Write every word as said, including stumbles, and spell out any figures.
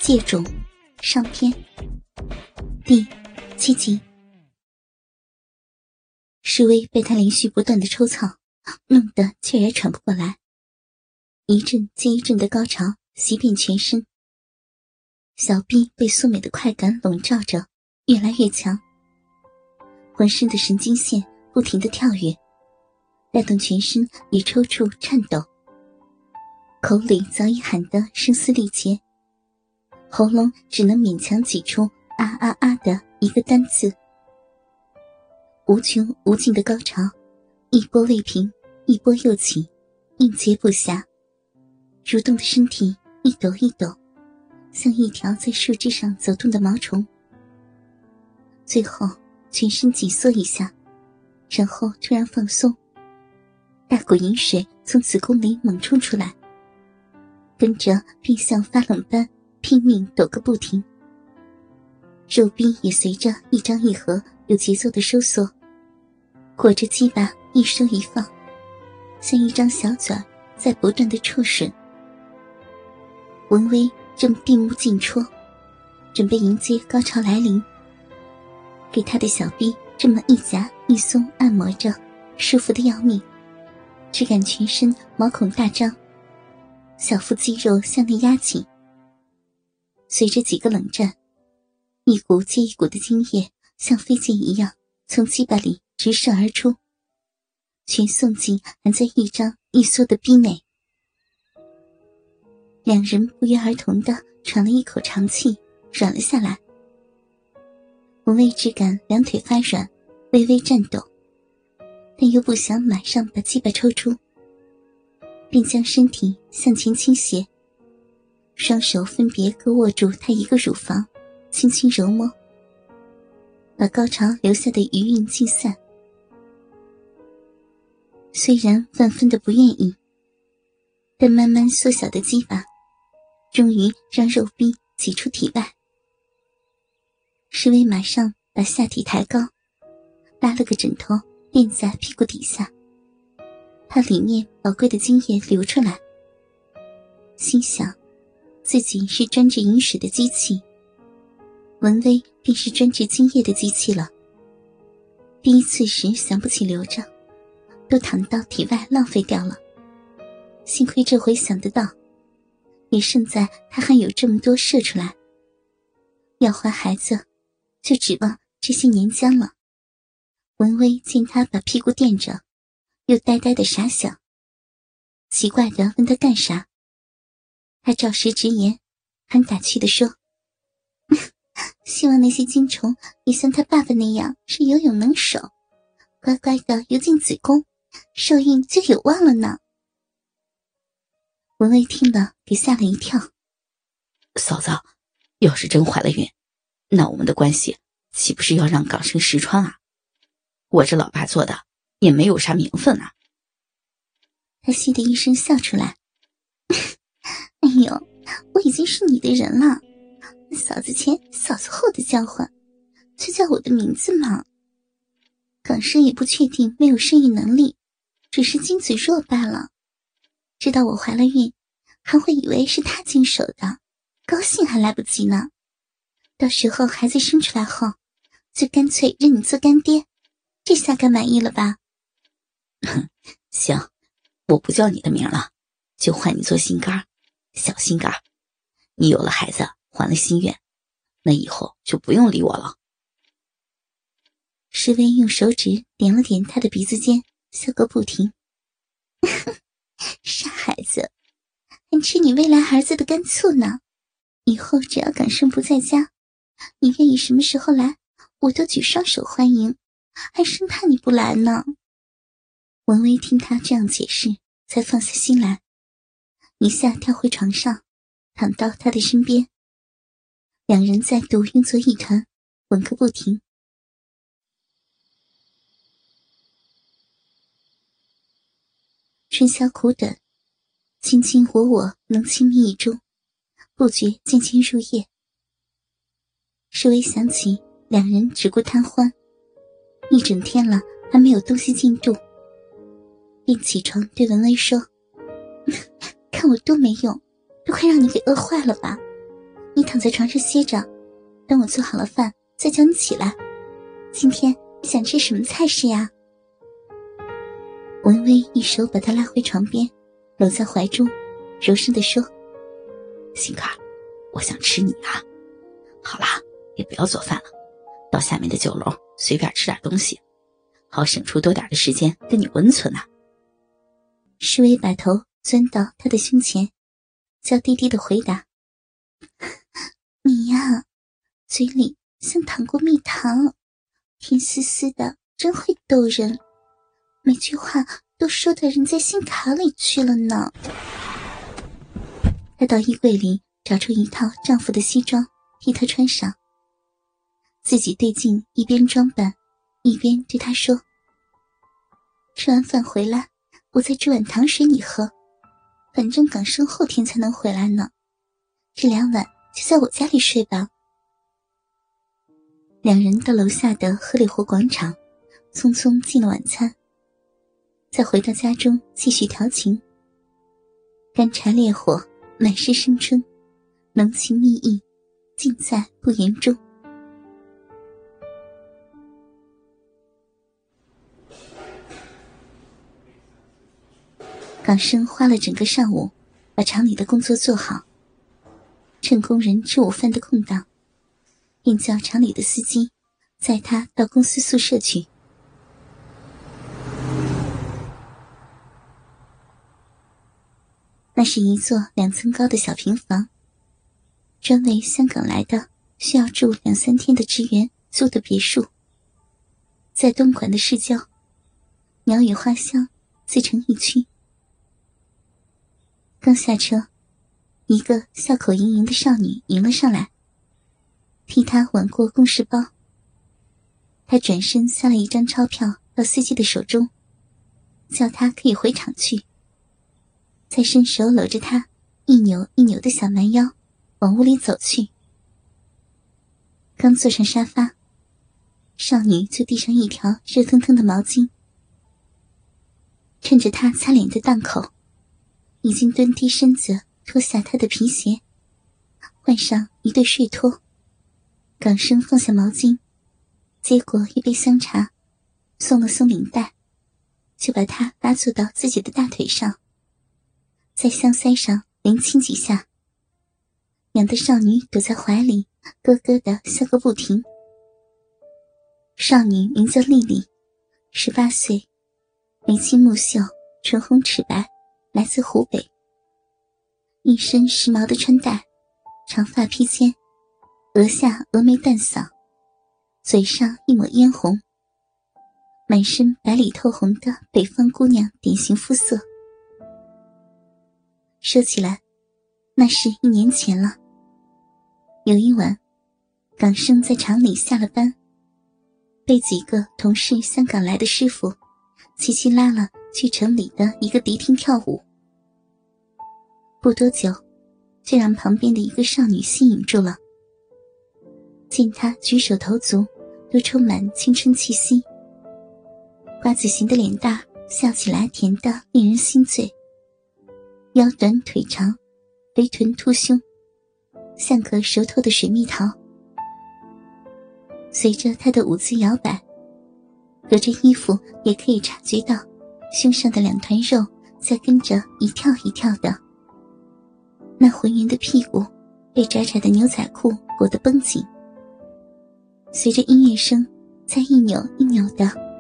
借种上篇第七集。施薇被他连续不断的抽草弄得却也喘不过来，一阵接一阵的高潮袭遍全身，小臂被素美的快感笼罩着，越来越强，浑身的神经线不停地跳跃，带动全身也抽搐颤抖，口里早已喊得声嘶力竭，喉咙只能勉强挤出啊啊啊的一个单字。无穷无尽的高潮一波未平一波又起，应接不暇，蠕动的身体一抖一抖，像一条在树枝上走动的毛虫，最后全身紧缩一下，然后突然放松，大股饮水从子宫里猛冲出来，跟着便像发冷般拼命抖个不停，肉壁也随着一张一合有节奏的收缩，裹着鸡巴一收一放，像一张小嘴在不断的触吮。文威正闭目静戳，准备迎接高潮来临，给他的小臂这么一夹一松按摩着，舒服的要命，只感全身毛孔大张，小腹肌肉向内压紧。随着几个冷战，一股接一股的精液像飞箭一样从鸡巴里直射而出，全送进还在一张一缩的逼内。两人不约而同地喘了一口长气，软了下来。文威只感两腿发软，微微颤抖，但又不想马上把鸡巴抽出，便将身体向前倾斜，双手分别各握住她一个乳房，轻轻揉摸，把高潮留下的余韵尽散。虽然万分的不愿意，但慢慢缩小的鸡巴终于让肉壁挤出体外。施薇马上把下体抬高，拉了个枕头垫在屁股底下，怕里面宝贵的精液流出来，心想自己是专制饮水的机器，文威便是专制精液的机器了。第一次时想不起留着，都淌到体外浪费掉了，幸亏这回想得到，也胜在他还有这么多射出来。要怀孩子就指望这些年浆了。文威见他把屁股垫着，又呆呆的傻想，奇怪地问他干啥，他照实直言，很打趣地说希望那些精虫也像他爸爸那样是游泳能手，乖乖地游进子宫，受孕就有望了呢。文威听了给吓了一跳， 嫂子，要是真怀了孕，那我们的关系岂不是要让港生实穿啊？我这老爸做的也没有啥名分啊。 他嘻的一声笑出来哎呦，我已经是你的人了，嫂子前嫂子后的交换，就叫我的名字嘛。港生也不确定没有生育能力，只是精子弱罢了，知道我怀了孕，还会以为是他经手的，高兴还来不及呢。到时候孩子生出来后，就干脆认你做干爹，这下该满意了吧？ 行，我不叫你的名了，就唤你做心肝，小心肝。你有了孩子，还了心愿，那以后就不用理我了。 施薇用手指点了点他的鼻子尖，笑个不停傻孩子，还吃你未来儿子的干醋呢。以后只要港生不在家，你愿意什么时候来，我都举双手欢迎，还生怕你不来呢。文威听他这样解释，才放下心来，一下跳回床上，躺到他的身边，两人再度拥作一团，吻个不停。春宵苦短，卿卿我我能亲密一周，不觉渐渐入夜。施薇想起两人只顾贪欢，一整天了还没有东西进肚，便起床对文威说看我多没用，都快让你给饿坏了吧， 你躺在床上歇着，等我做好了饭再叫你起来。今天你想吃什么菜式呀？文薇一手把他拉回床边，搂在怀中，柔声地说： 心坎，我想吃你啊。好啦，也不要做饭了，到下面的酒楼随便吃点东西，好省出多点的时间跟你温存啊。 施薇把头钻到他的胸前，娇滴滴地回答：你呀，嘴里像糖过蜜糖，甜丝丝的，真会逗人，每句话都说到人在心坎里去了呢。她到衣柜里找出一套丈夫的西装替他穿上，自己对镜一边装扮一边对他说：吃完饭回来，我再煮碗糖水你喝，反正港生后天才能回来呢，这两晚就在我家里睡吧。两人到楼下的荷里活广场匆匆进了晚餐，再回到家中继续调情。干柴烈火，满是生春，浓情蜜意，尽在不言中。港生花了整个上午把厂里的工作做好，趁工人吃午饭的空档，便叫厂里的司机载他到公司宿舍去。那是一座两层高的小平房，专为香港来的需要住两三天的职员租的别墅，在东莞的市郊，鸟语花香，自成一区。刚下车，一个笑口盈盈的少女迎了上来，替他挽过公事包。他转身塞了一张钞票到司机的手中，叫他可以回厂去，再伸手搂着他一扭一扭的小蛮腰往屋里走去。刚坐上沙发，少女就递上一条热腾腾的毛巾，趁着他擦脸的档口，已经蹲低身子脱下他的皮鞋，换上一对睡拖。港生放下毛巾，接过一杯香茶，松了松领带，就把他拉坐到自己的大腿上，在香腮上连亲几下，养的少女躲在怀里咯咯地笑个不停。少女名叫丽丽，十八岁，眉清目秀，唇红齿白，来自湖北。一身时髦的穿戴，长发披肩，额下峨眉淡扫，嘴上一抹嫣红，满身白里透红的北方姑娘典型肤色。说起来，那是一年前了。有一晚，港生在厂里下了班，被几个同事香港来的师傅齐齐拉了去城里的一个迪厅跳舞。不多久，就让旁边的一个少女吸引住了。见她举手投足都充满青春气息，瓜子形的脸蛋笑起来甜得令人心醉，腰短腿长，肥臀凸胸，像个熟透的水蜜桃。随着她的舞姿摇摆，隔着衣服也可以察觉到胸上的两团肉在跟着一跳一跳的。那浑圆的屁股被窄窄的牛仔裤裹得绷紧，随着音乐声在一扭一扭的